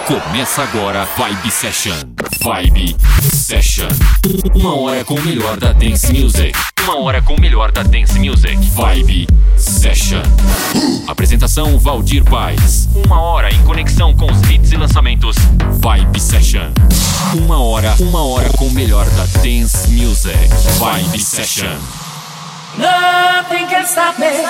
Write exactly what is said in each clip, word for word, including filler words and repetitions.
Começa agora Vibe Session. Vibe Session. Uma hora com o melhor da Dance Music. Uma hora com o melhor da Dance Music. Vibe Session. Apresentação Valdir Paes. Uma hora em conexão com os hits e lançamentos. Vibe Session. Uma hora, uma hora com o melhor da Dance Music. Vibe Session. Nothing can stop me.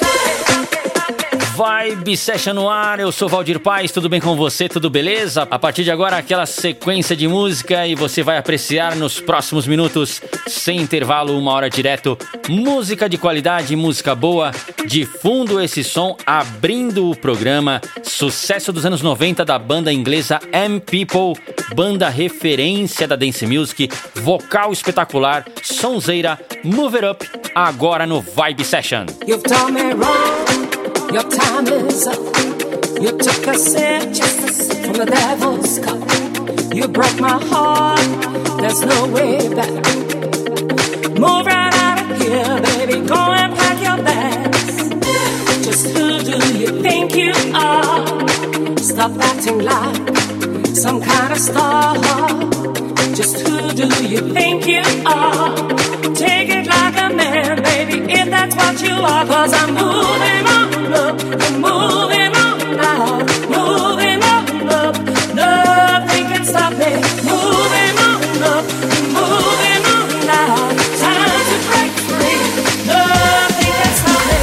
Vibe Session no ar, eu sou Valdir Paes, tudo bem com você? Tudo beleza? A partir de agora, aquela sequência de música e você vai apreciar nos próximos minutos, sem intervalo, uma hora direto, música de qualidade, música boa. De fundo esse som, abrindo o programa, sucesso dos anos noventa da banda inglesa M-People, banda referência da Dance Music, vocal espetacular, sonzeira, Move It Up, agora no Vibe Session. You've done me wrong. Your time is up. You took a sip from the devil's cup. You broke my heart. There's no way back. Move right out of here, baby. Go and pack your bags. Just who do you think you are? Stop acting like some kind of star. Just who do you think you are? Take it like a man, baby, if that's what you are. Cause I'm moving on up, I'm moving on now. Moving on up, nothing can stop me. Moving on up, I'm moving on now. Time to break free, nothing can stop me.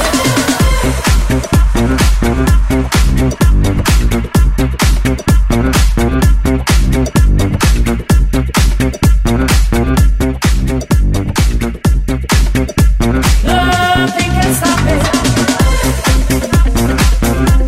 Nothing can stop me.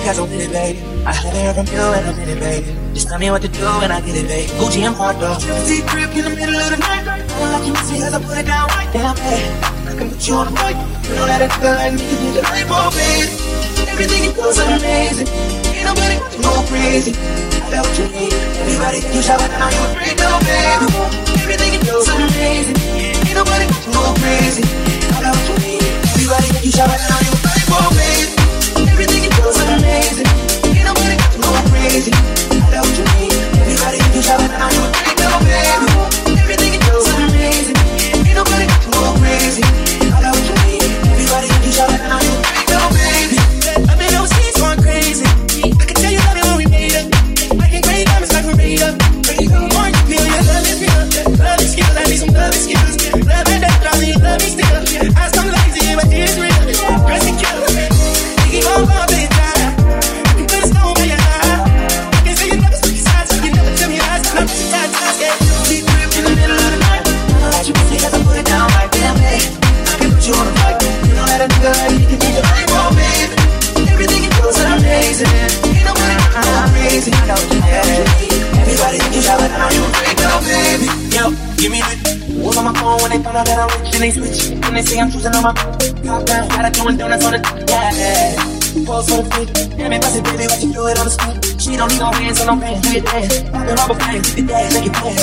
because I'm with it, baby. I haven't heard from you and I'm in it, baby. Just tell me what to do and I get it, baby. Gucci and hard dog. Deep grip in the middle of the night. All I can see as I put it down right down, baby. I can put you on the right. You know that it's good and you can do the right, oh, baby. Everything you do is amazing. Ain't nobody got to go crazy. I got what you need. Everybody think you shower and now you a freak, oh, baby. Everything you do is amazing. Ain't nobody got to go crazy. I got what you need. Everybody think you shower and now you a freak, oh, baby. Everything you do is amazing. Ain't nobody got to go crazy. I got what you need. Everybody think you shower and now you a freak, oh, baby. Everything you do is amazing. Ain't nobody got to go crazy. I got what you need. Everybody think you shower and now you a freak, oh, baby. I mean, those seats going crazy. I can tell you love it when we made up. Making great diamonds like Maria. More you feel your love is real. Love is skill, I need some love is skills. Love and that love me, love me still. I come lazy, but it's real. Press and kill. Keep on going to your time. You put a stone by your eye. You can say you never switch sides, so you never tell me lies. I'm just tired, yeah. Deep grip in the middle of the night. I you can see as I put it down right there, babe. I can put you on the right. You know that I'm good, you can think you're right, oh, babe. Everything you do is amazing. Ain't nobody got to go crazy. I know what you need. Everybody think you shower, now you a freak, oh, baby. Yo, give me the who's on my phone when they find out that I'm rich and they switch. When they say I'm choosing on my top down, gotta doing donuts on the yeah. Pose for the feet. Damn it, bust it, baby, watch you do it on the street. She don't need no hands, so no hands, do it dance. Poppin' rubber flames, hit the dance, make it dance.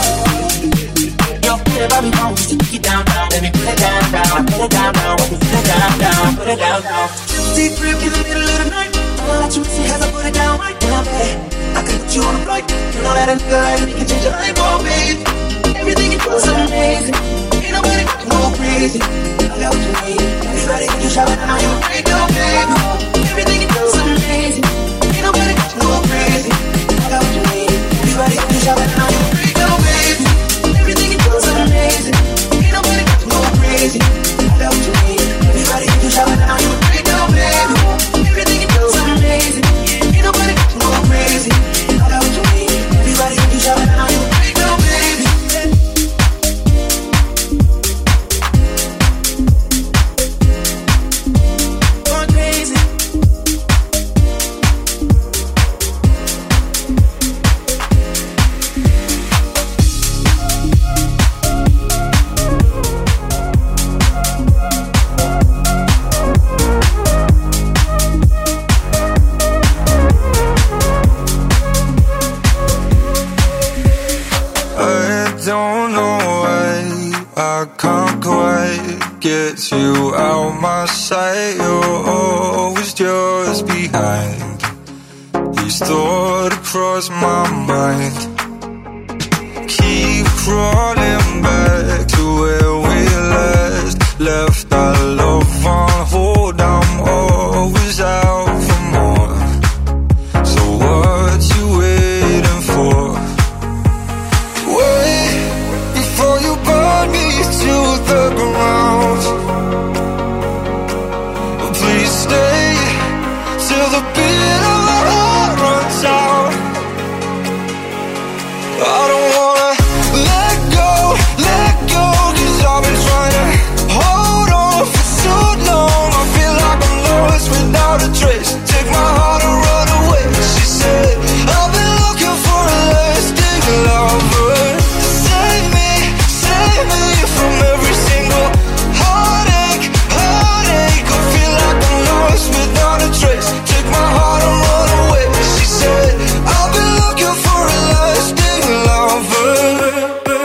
Yo, put it Bobby on, just to kick it down, down. Let me put it down, down. I put it down, down. Let me put it down, down. Put it down, down. Deep grip in the middle of the night. I'll let you see as I put it down right down, babe. I can put you on the flight. You know that it's good, and you can change your life, oh, babe. Everything you do is amazing. Ain't nobody got to go crazy. I got what you need. Everybody think you shower, now you a freak, oh, babe. Everything you do is amazing. Ain't nobody got to go crazy. I got what you need. Everybody think you shower, now you a freak, oh, babe. Everything you do is amazing. Ain't nobody got to go crazy. I got what you need. Everybody think you shower, now you a freak, oh, babe. Everything you do is amazing. Ain't nobody got to go crazy. I got what you need. Everybody think you shower, now you a freak, oh, baby. Get you out my sight, you're always just behind. Each thought across my mind. Keep crawling back to where we last left our love on hold. I'm always out for more. So what you waiting for? Wait before you burn me to the ground. Please stay till the beat of my heart runs out. I don't wanna let go, let go, cause I've been trying to hold on for so long. I feel like I'm lost without a trace. Take my heart and run away. She said, I've been looking for a lasting lover. Save me, save me from every single heartache, heartache. I feel like I'm lost without a trace. Take my heart and run away. She said, I've been looking for a lasting lover.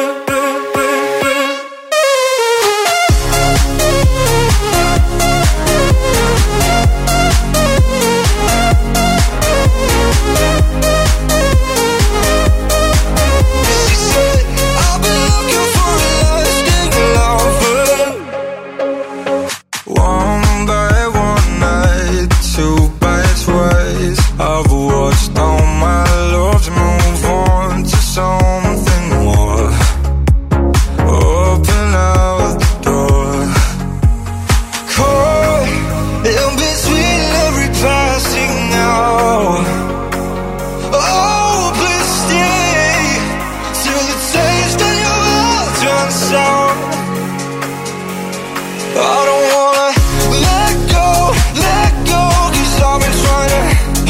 She said, I've been looking for a lasting lover. One by one night, two by twice, I've watched all my loves move on to something more. Open out the door. Caught in between every passing hour. Oh, please stay till the taste in your mouth turns sour. I don't wanna let go, let go, cause I've been trying to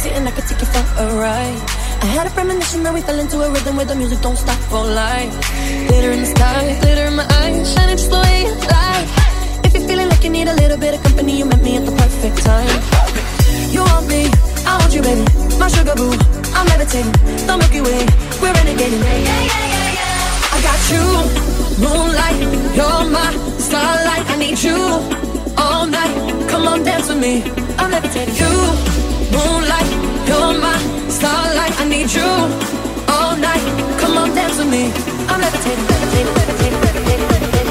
backseat and I could take you for a ride. I had a premonition that we fell into a rhythm where the music don't stop for life. Glitter in the sky, glitter in my eyes, shining just the way you like. If you're feeling like you need a little bit of company, you met me at the perfect time. You want me, I want you, baby. My sugar boo, I'm levitating. The Milky Way, we're renegading. Yeah, yeah, yeah, yeah, yeah. I got you, moonlight, you're my starlight. I need you all night. Come on, dance with me. I'm levitating. You, moonlight, you're my starlight. I need you all night. Come on, dance with me. I'm levitating, levitating, levitating, levitating, levitating.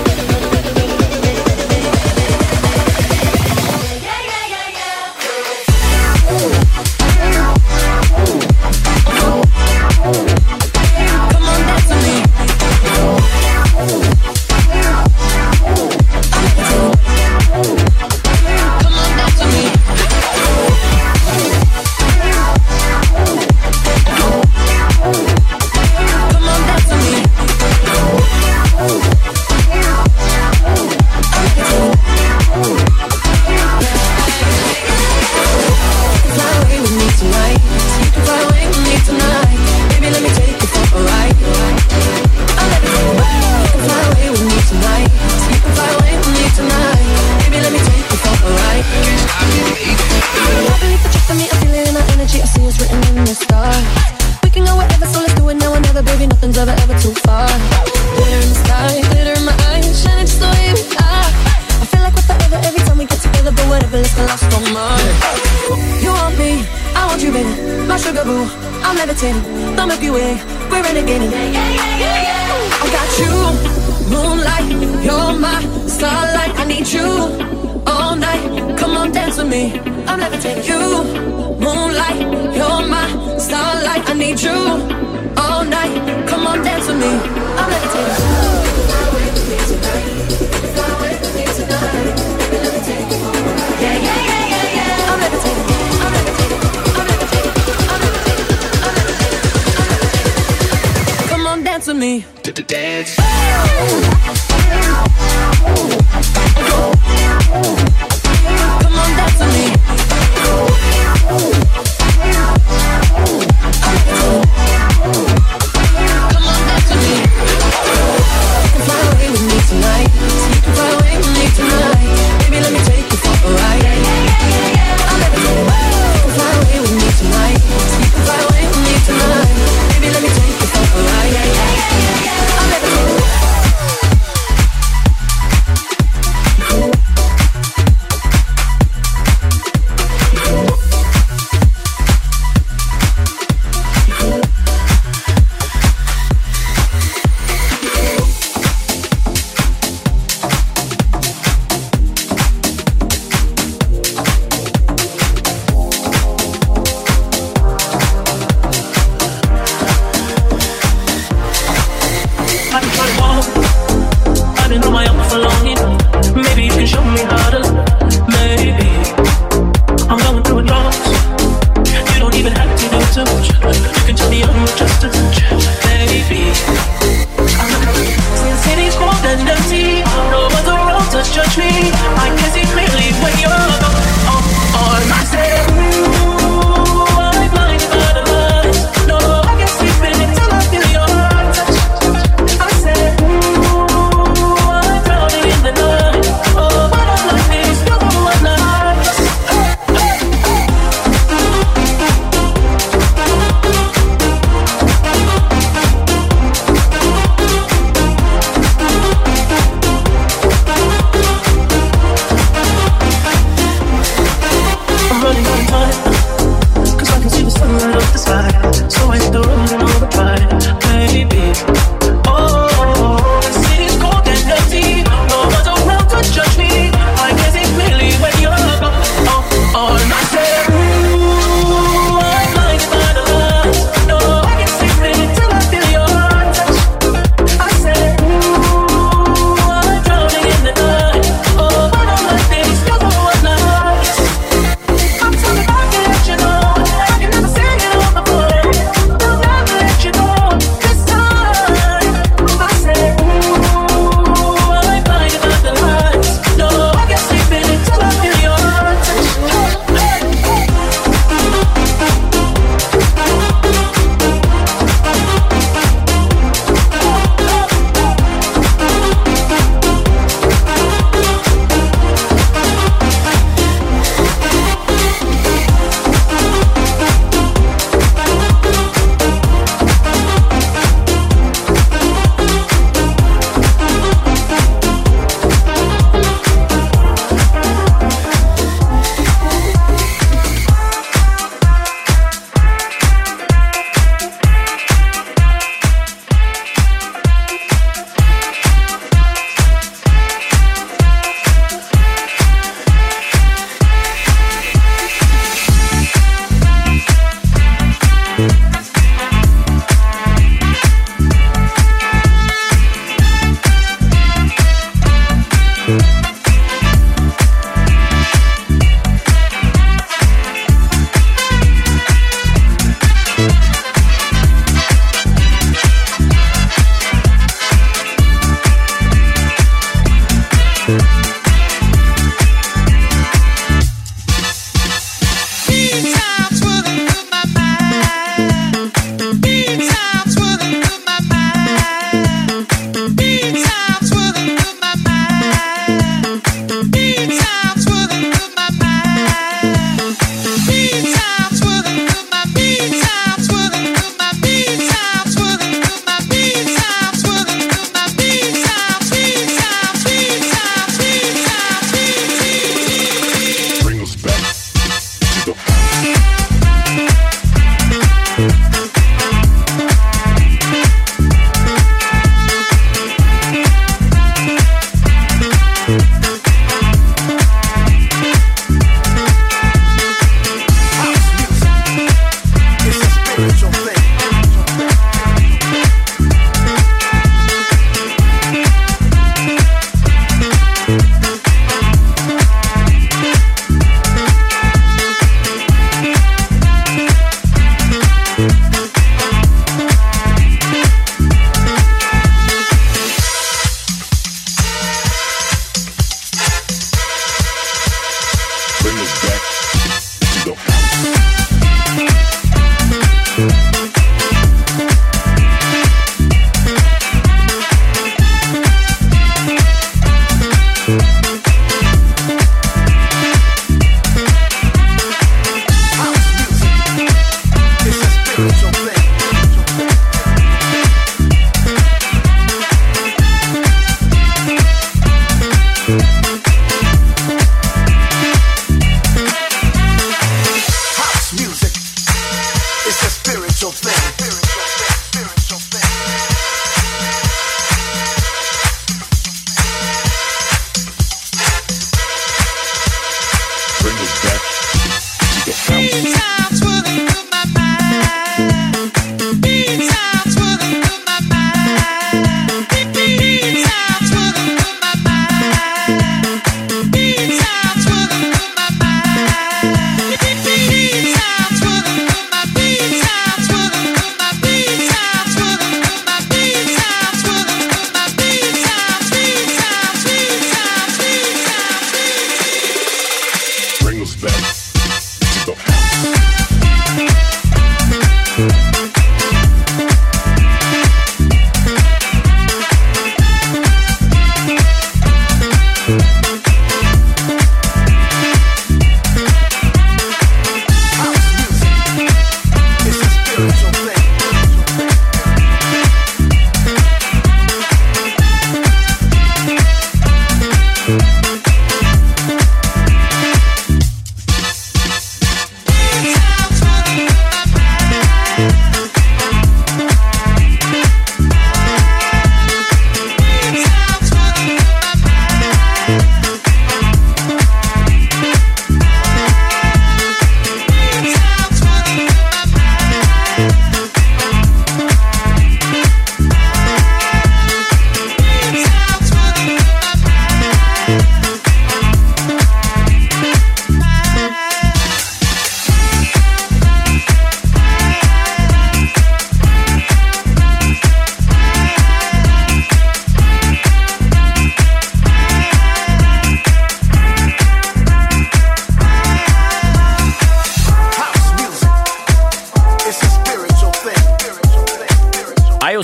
The Milky Way, we're renegading. Yeah, yeah, yeah, yeah, yeah. I got you, moonlight, you're my starlight. I need you all night. Come on, dance with me. I'm levitating. You, moonlight, you're my starlight. I need you all night. Come on, dance with me. I'm levitating. Fly away with me tonight. Fly away with me tonight. Baby, let me take you for a ride. Yeah, yeah, yeah, yeah, yeah. I'm levitating. I'm levitating. I'm levitating. Dance with me. Dance. Come on, dance with me. Come on, dance with me. You can fly away with me tonight. You can fly away with me tonight. Baby, let me take you for a ride. Yeah, yeah, yeah, yeah. I'm levitating. You can fly away with me tonight. You can fly away with me tonight. Baby, let me take you for a ride. Yeah, yeah, yeah, yeah, yeah. I'm levitating.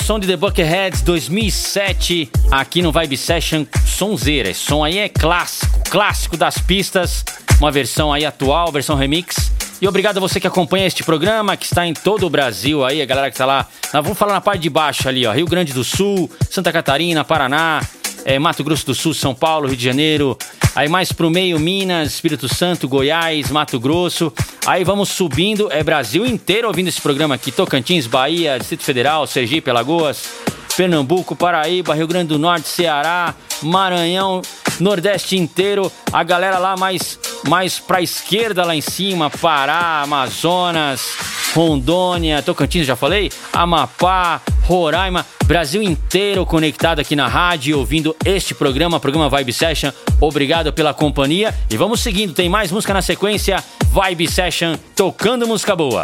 som de The Bucketheads dois mil e sete aqui no Vibe Session Sonzeira. Esse som aí é clássico, clássico das pistas, uma versão aí atual, versão remix. E obrigado a você que acompanha este programa, que está em todo o Brasil aí, a galera que está lá. Nós vamos falar na parte de baixo ali, ó, Rio Grande do Sul, Santa Catarina, Paraná, é, Mato Grosso do Sul, São Paulo, Rio de Janeiro. Aí mais pro meio, Minas, Espírito Santo, Goiás, Mato Grosso. Aí vamos subindo, é Brasil inteiro ouvindo esse programa aqui. Tocantins, Bahia, Distrito Federal, Sergipe, Alagoas, Pernambuco, Paraíba, Rio Grande do Norte, Ceará, Maranhão, Nordeste inteiro. A galera lá mais, mais pra esquerda lá em cima, Pará, Amazonas, Rondônia, Tocantins, já falei? Amapá, Roraima, Brasil inteiro conectado aqui na rádio, ouvindo este programa, programa Vibe Session. Obrigado pela companhia e vamos seguindo, tem mais música na sequência. Vibe Session, tocando música boa.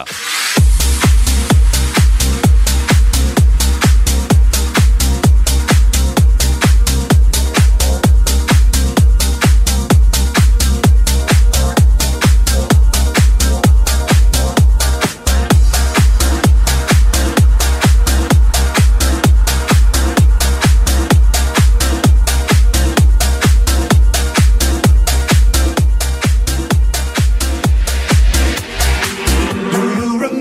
Do you remember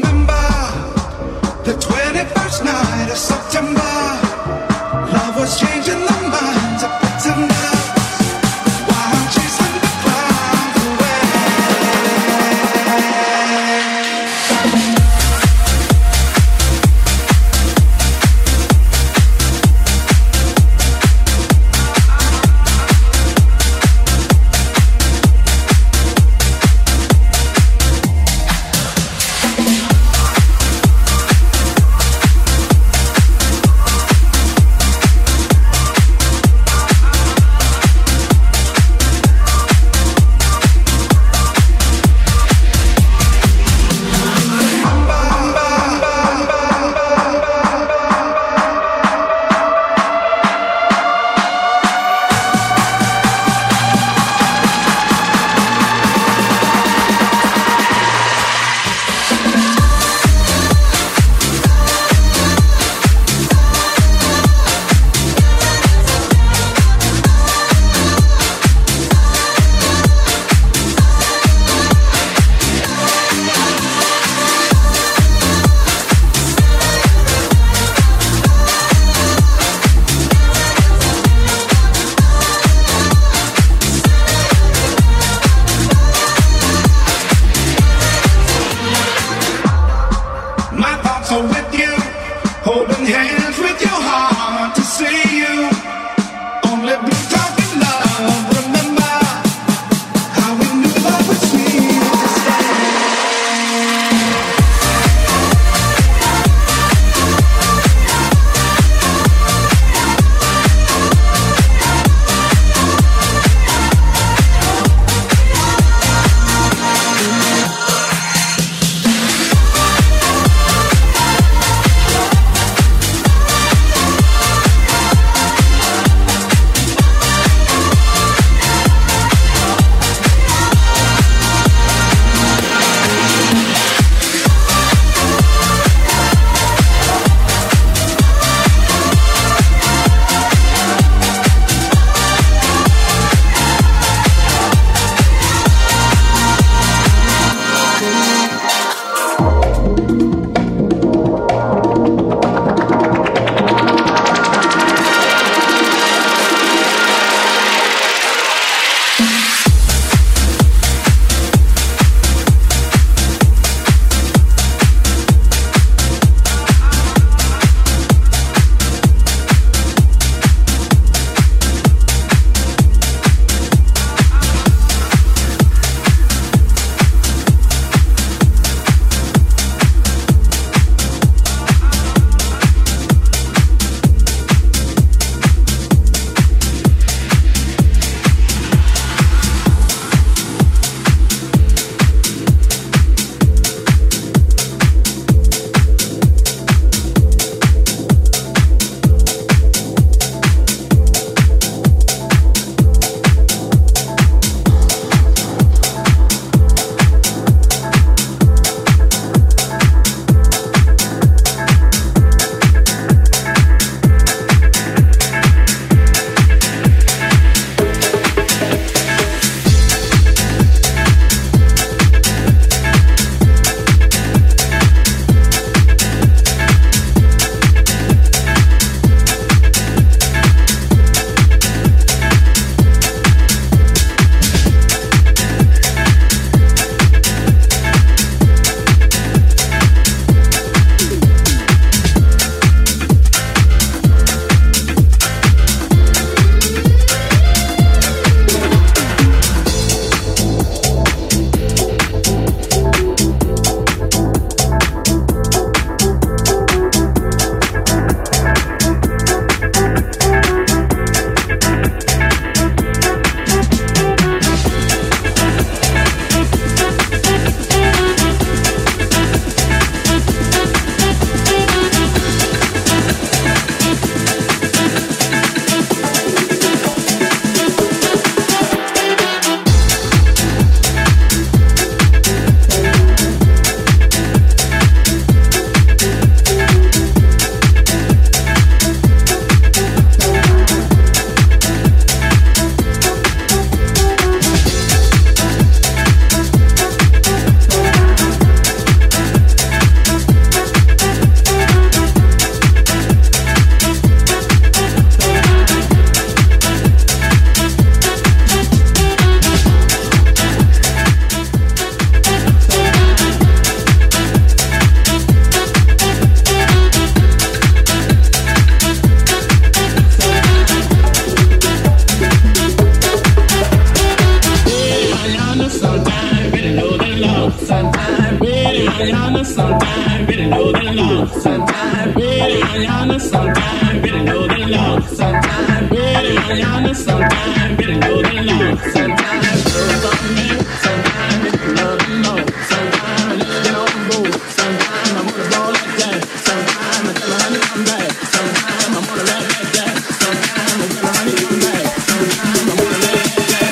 sometimes really know the law. Sometimes really ayana, sometimes really know the law. Sometimes really ayana, sometimes really know the law. Sometimes really ayana, sometimes really know the law. Sometimes girls on me, sometimes it's love and more. Sometimes let's get on board. Sometimes I'm gonna ball like that. Sometimes I tell her honey come back. Sometimes I'm gonna laugh like that. Sometimes I tell her honey come back. Sometimes I'm gonna laugh like that.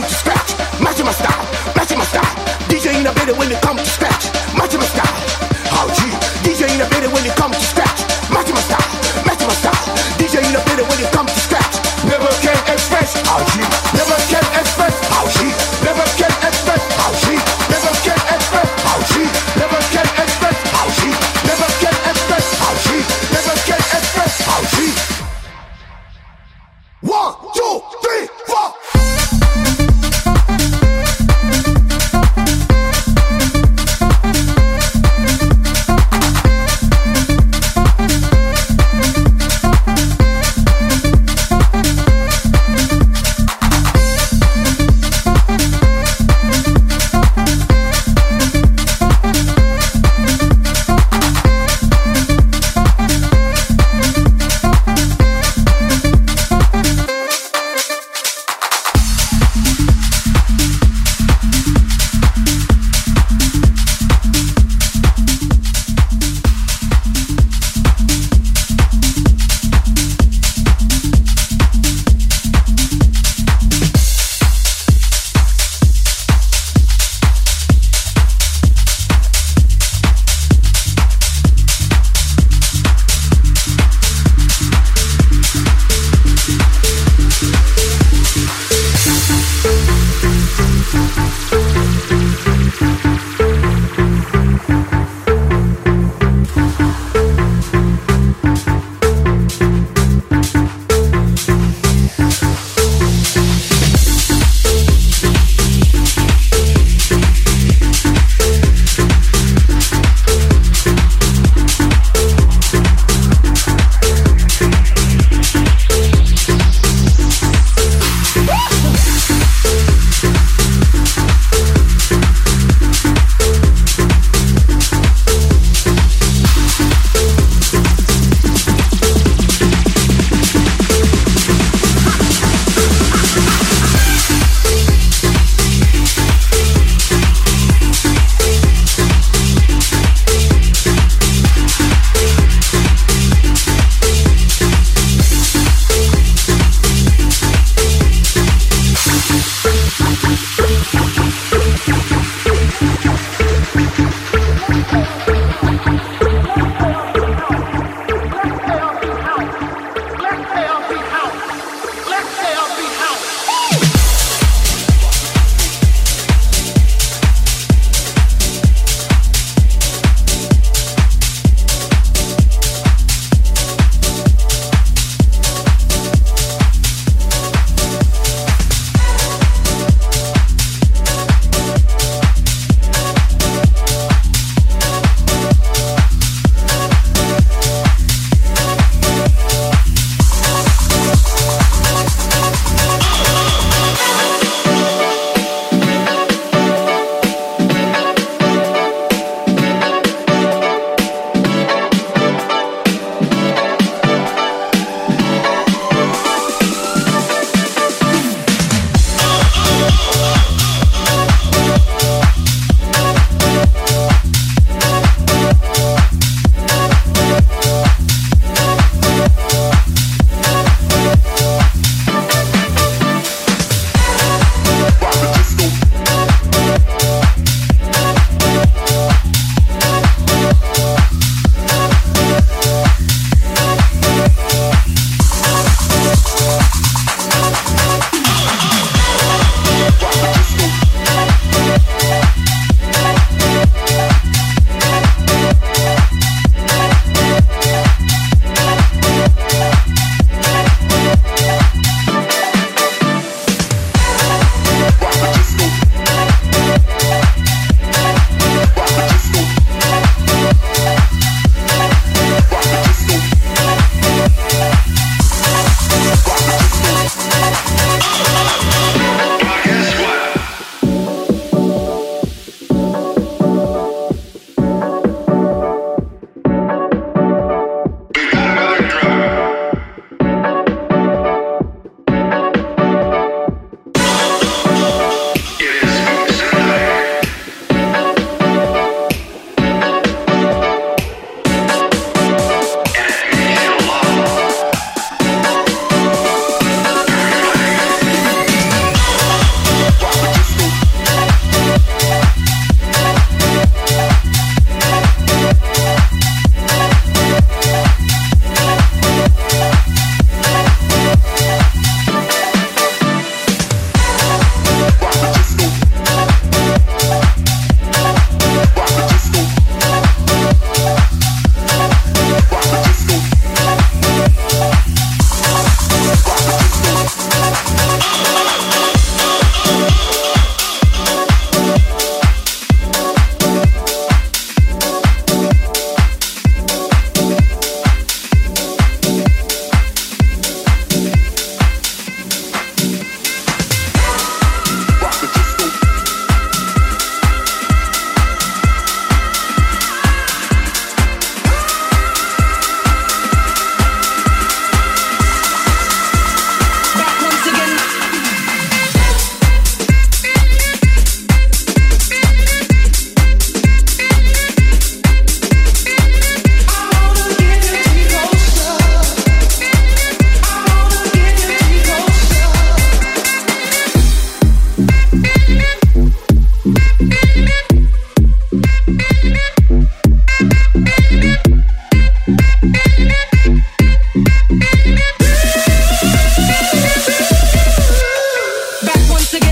comes to scratch. Matching my style, matching my style. D J ain't a better when it comes to scratch. Matching my style. Oh gee, D J ain't a better when it comes to scratch. Matching my style, matching my style. D J ain't a better when it comes to scratch. Never can express. Oh gee, never can express. Oh gee, never can express. Oh gee, never can express. Oh gee, never can express. Oh gee, never can express. Oh gee, never can express. Oh gee. One, two, three, four.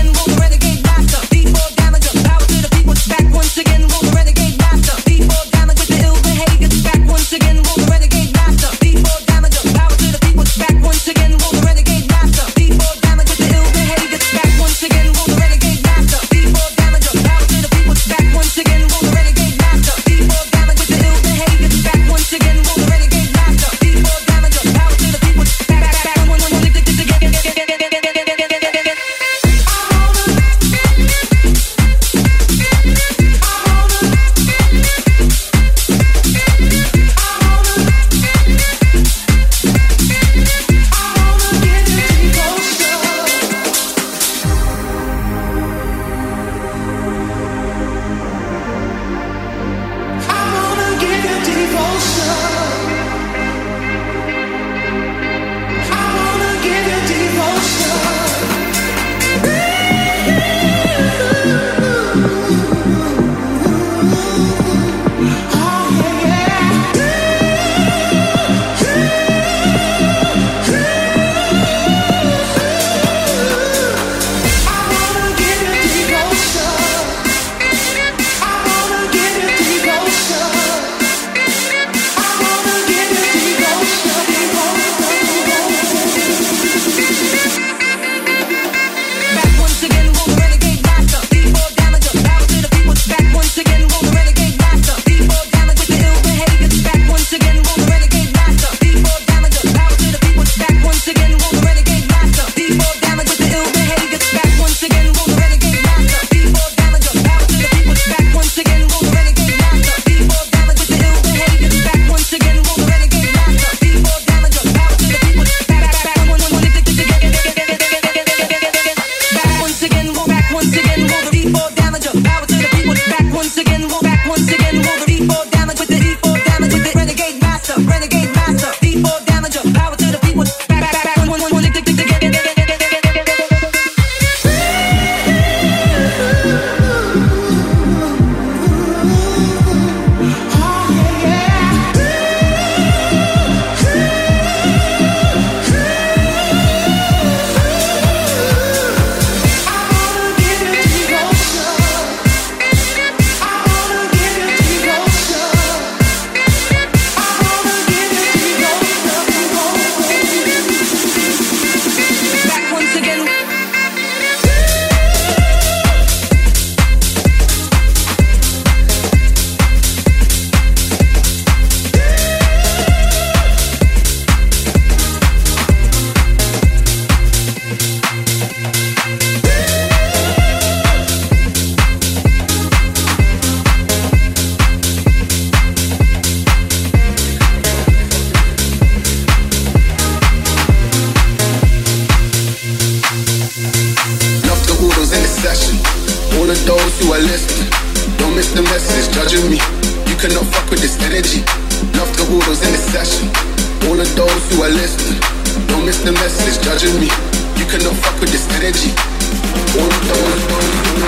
who are listening. Don't miss the message judging me. You cannot fuck with this energy. Love to all those in the session. All of those who are listening. Don't miss the message judging me. You cannot fuck with this energy. All of those, all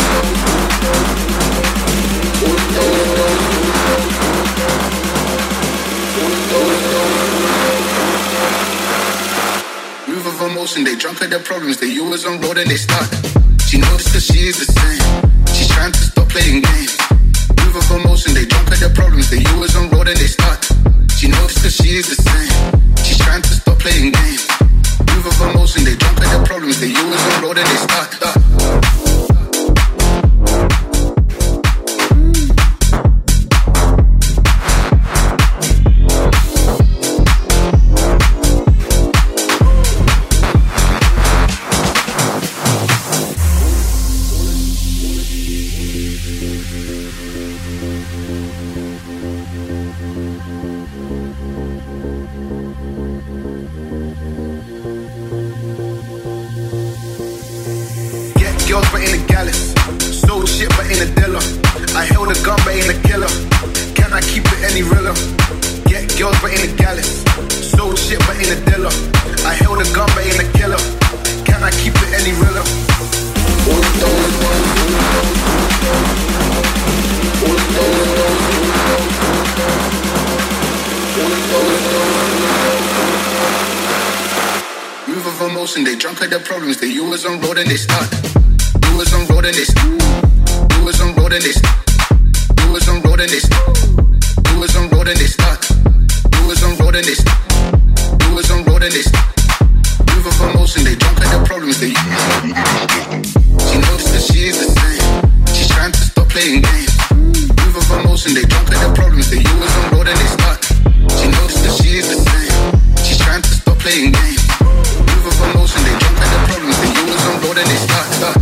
of those, move of emotion, they drunk at their problems. They always on road and they start. She knows that she is the same. She's trying to stop playing games. Move of emotion, they drunk at their problems. They always on road and they start. She knows that she is the same. She's trying to stop playing games. Move of emotion, they drunk at their problems. They always on road and they start. Uh. Girls but ain't a gallus. Sold shit but ain't a dealer. I held a gun but ain't a killer. Can I keep it any realer? Get girls but ain't a gallus. Sold shit but ain't a dealer. I held a gun but ain't a killer. Can I keep it any realer? Move of emotion, they drunk at their problems. They always on road and they start. road in this. You was on road in this. You was on road in this. You was on road in this. You was on road in this. You was on road in this. Move of emotion, they drunk at their problems. They she knows that she is the same. She's trying to stop playing games. Move of emotion, they drunk at their problems. They you was on road in this. She knows that she is the same. She's trying to stop playing games. Move of emotion, they drunk at their problems. They you was on road in this. Start, start.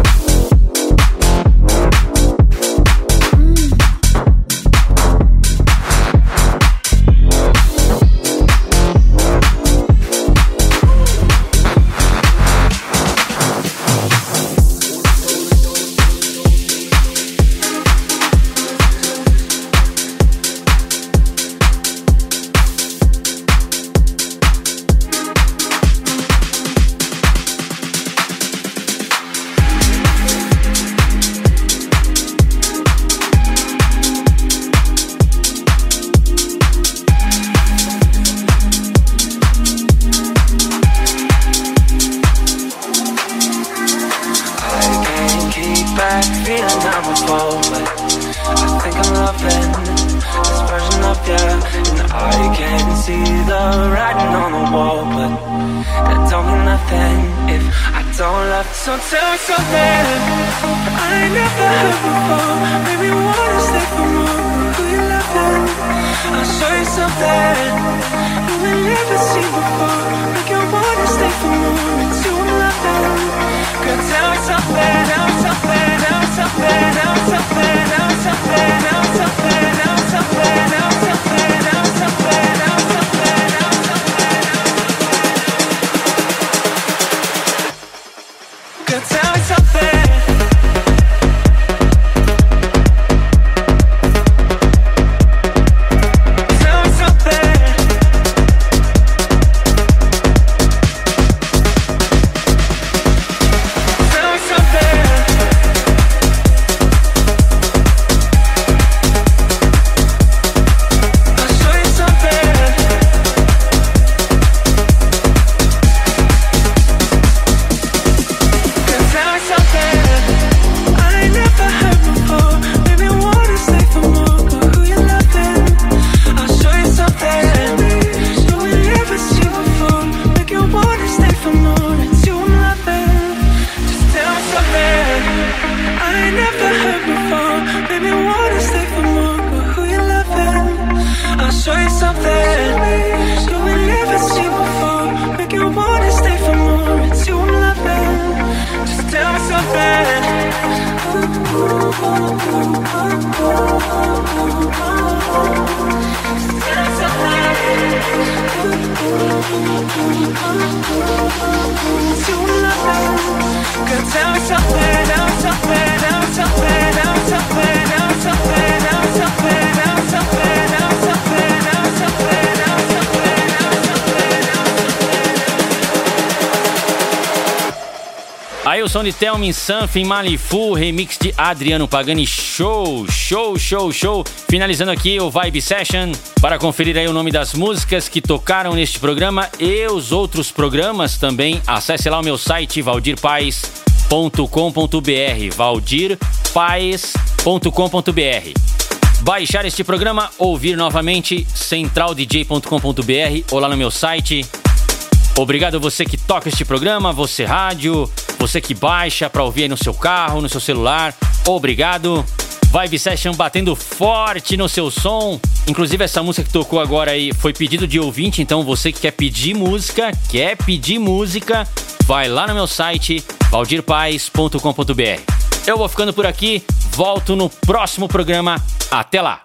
Aí o som de Tell Me Something, Malifu, remix de Adriano Pagani, show, show, show, show. Finalizando aqui o Vibe Session. Para conferir aí o nome das músicas que tocaram neste programa e os outros programas também, acesse lá o meu site valdir paes ponto com ponto br, valdir paes ponto com ponto br. Baixar este programa, ouvir novamente, central d j ponto com ponto br ou lá no meu site. Obrigado você que toca este programa, você rádio, você que baixa para ouvir aí no seu carro, no seu celular. Obrigado. Vibe Session batendo forte no seu som. Inclusive essa música que tocou agora aí foi pedido de ouvinte, então você que quer pedir música, quer pedir música, vai lá no meu site valdir paes ponto com ponto br. Eu vou ficando por aqui, volto no próximo programa. Até lá.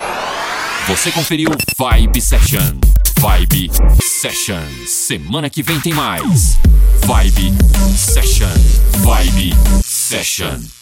Você conferiu Vibe Session. Vibe Session. Semana que vem tem mais. Vibe Session. Vibe Session.